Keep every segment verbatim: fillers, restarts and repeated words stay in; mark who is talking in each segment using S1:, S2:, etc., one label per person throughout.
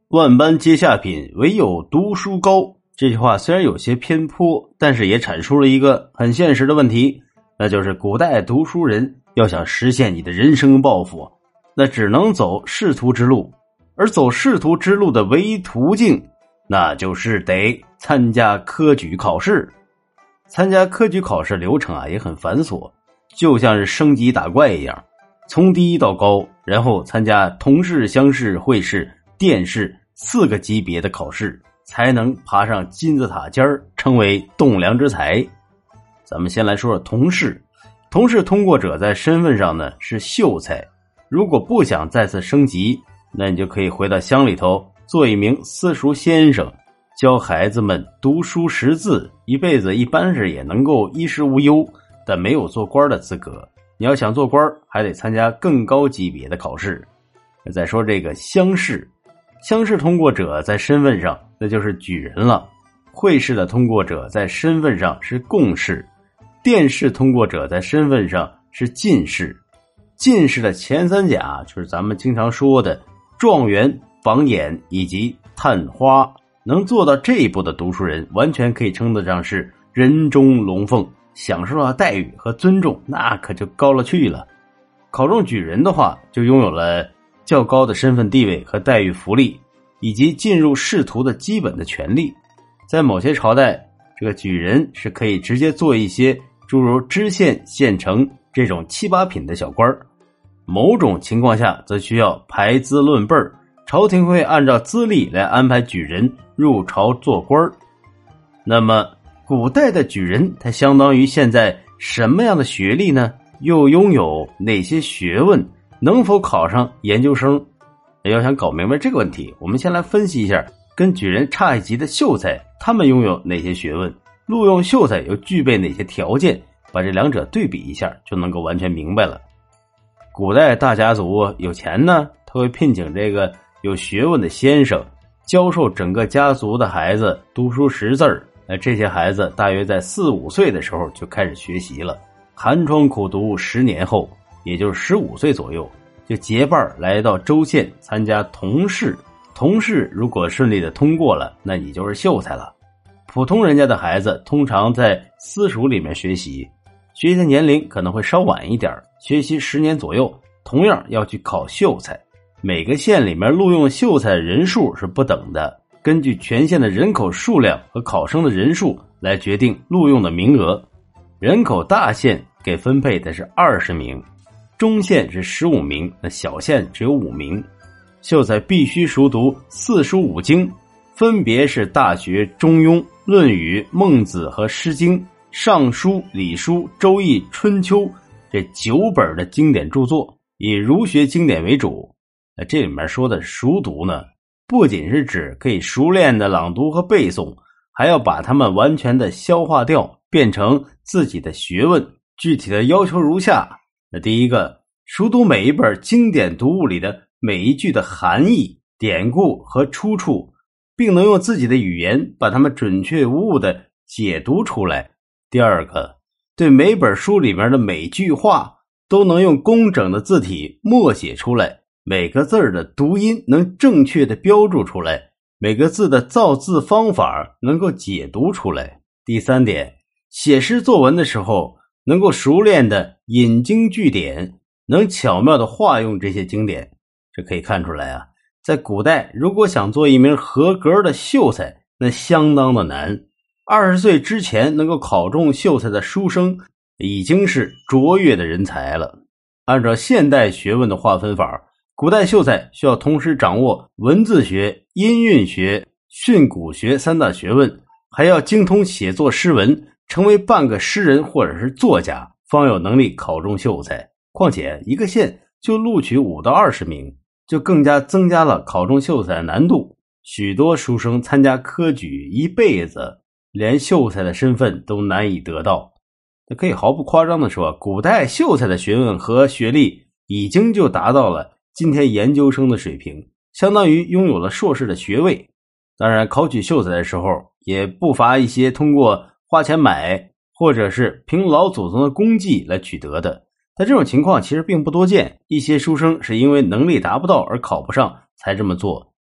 S1: 万般皆下品，唯有读书高。这句话虽然有些偏颇，但是也阐述了一个很现实的问题，那就是古代读书人要想实现你的人生抱负，那只能走仕途之路，而走仕途之路的唯一途径，那就是得参加科举考试。参加科举考试流程啊也很繁琐，就像是升级打怪一样，从低到高，然后参加通试、乡试、会试、殿试四个级别的考试，才能爬上金字塔尖儿，成为栋梁之才。咱们先来说说通试。通试通过者在身份上呢是秀才，如果不想再次升级，那你就可以回到乡里头做一名私塾先生，教孩子们读书识字，一辈子一般是也能够衣食无忧，但没有做官的资格。你要想做官，还得参加更高级别的考试。再说这个乡试，乡试通过者在身份上那就是举人了，会试的通过者在身份上是贡士，殿试通过者在身份上是进士。进士的前三甲就是咱们经常说的状元、榜眼以及探花，能做到这一步的读书人完全可以称得上是人中龙凤，享受到待遇和尊重那可就高了去了。考中举人的话，就拥有了较高的身份地位和待遇福利，以及进入仕途的基本的权利。在某些朝代，这个举人是可以直接做一些诸如知县、县丞这种七八品的小官，某种情况下则需要排资论辈儿，朝廷会按照资历来安排举人入朝做官。那么古代的举人他相当于现在什么样的学历呢？又拥有哪些学问？能否考上研究生？要想搞明白这个问题，我们先来分析一下跟举人差一级的秀才他们拥有哪些学问，录用秀才又具备哪些条件，把这两者对比一下就能够完全明白了。古代大家族有钱呢，他会聘请这个有学问的先生教授整个家族的孩子读书识字儿。那这些孩子大约在四五岁的时候就开始学习了，寒窗苦读十年后，也就是十五岁左右，就结伴来到州县参加童试。童试如果顺利的通过了，那你就是秀才了。普通人家的孩子通常在私塾里面学习，学习的年龄可能会稍晚一点，学习十年左右，同样要去考秀才。每个县里面录用秀才的人数是不等的，根据全县的人口数量和考生的人数来决定录用的名额。人口大县给分配的是二十名，中县是十五名，那小县只有五名。秀才必须熟读四书五经，分别是大学、中庸、论语、孟子和诗经、尚书、礼书、周易、春秋这九本的经典著作，以儒学经典为主。那这里面说的熟读呢，不仅是指可以熟练的朗读和背诵，还要把它们完全的消化掉，变成自己的学问。具体的要求如下：那第一个，熟读每一本经典读物里的每一句的含义、典故和出处，并能用自己的语言把它们准确无误的解读出来。第二个，对每本书里面的每句话都能用工整的字体默写出来，每个字的读音能正确的标注出来，每个字的造字方法能够解读出来。第三点，写诗作文的时候能够熟练的引经据典，能巧妙的化用这些经典。这可以看出来啊，在古代如果想做一名合格的秀才，那相当的难。二十岁之前能够考中秀才的书生已经是卓越的人才了。按照现代学问的划分法，古代秀才需要同时掌握文字学、音韵学、训诂学三大学问，还要精通写作诗文，成为半个诗人或者是作家，方有能力考中秀才。况且一个县就录取五到二十名，就更加增加了考中秀才的难度。许多书生参加科举一辈子，连秀才的身份都难以得到。可以毫不夸张地说，古代秀才的学问和学历已经就达到了今天研究生的水平，相当于拥有了硕士的学位。当然，考取秀才的时候也不乏一些通过花钱买或者是凭老祖宗的功绩来取得的，但这种情况其实并不多见。一些书生是因为能力达不到而考不上才这么做，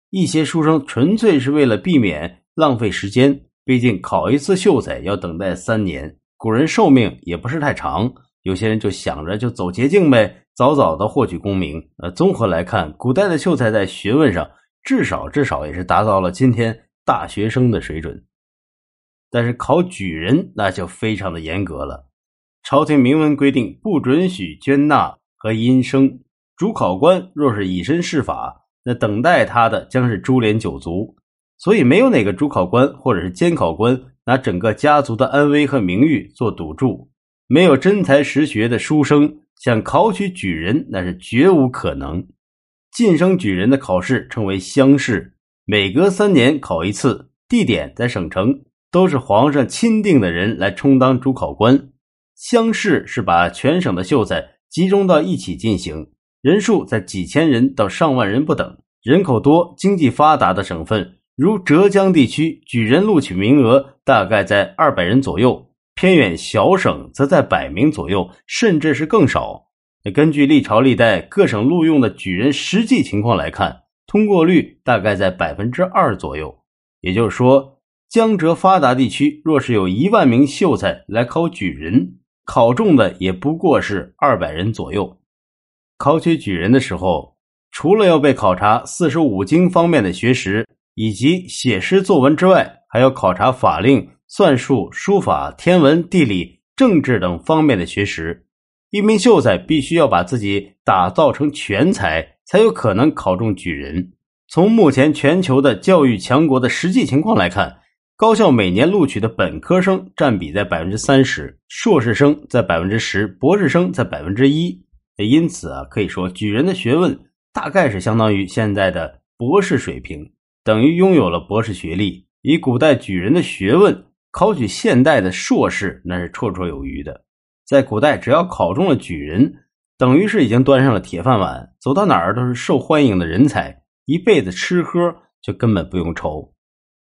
S1: 一些书生纯粹是为了避免浪费时间，毕竟考一次秀才要等待三年，古人寿命也不是太长，有些人就想着就走捷径呗，早早的获取功名。呃，综合来看，古代的秀才在学问上至少至少也是达到了今天大学生的水准。但是考举人那就非常的严格了，朝廷明文规定不准许捐纳和阴生，主考官若是以身试法，那等待他的将是株连九族。所以没有哪个主考官或者是监考官拿整个家族的安危和名誉做赌注，没有真才实学的书生想考取举人那是绝无可能。晋升举人的考试称为乡试，每隔三年考一次，地点在省城，都是皇上钦定的人来充当主考官。乡试是把全省的秀才集中到一起进行，人数在几千人到上万人不等。人口多、经济发达的省份如浙江地区，举人录取名额大概在二百人左右，偏远小省则在百名左右，甚至是更少。根据历朝历代各省录用的举人实际情况来看，通过率大概在 百分之二 左右。也就是说，江浙发达地区若是有一万名秀才来考举人，考中的也不过是二百人左右。考取举人的时候，除了要被考察四书五经方面的学识以及写诗作文之外，还要考察法令、算术、书法、天文、地理、政治等方面的学识。一名秀才必须要把自己打造成全才，才有可能考中举人。从目前全球的教育强国的实际情况来看，高校每年录取的本科生占比在 百分之三十， 硕士生在 百分之十， 博士生在 百分之一。 因此啊，可以说举人的学问大概是相当于现在的博士水平，等于拥有了博士学历。以古代举人的学问考取现代的硕士那是绰绰有余的。在古代只要考中了举人，等于是已经端上了铁饭碗，走到哪儿都是受欢迎的人才，一辈子吃喝就根本不用愁。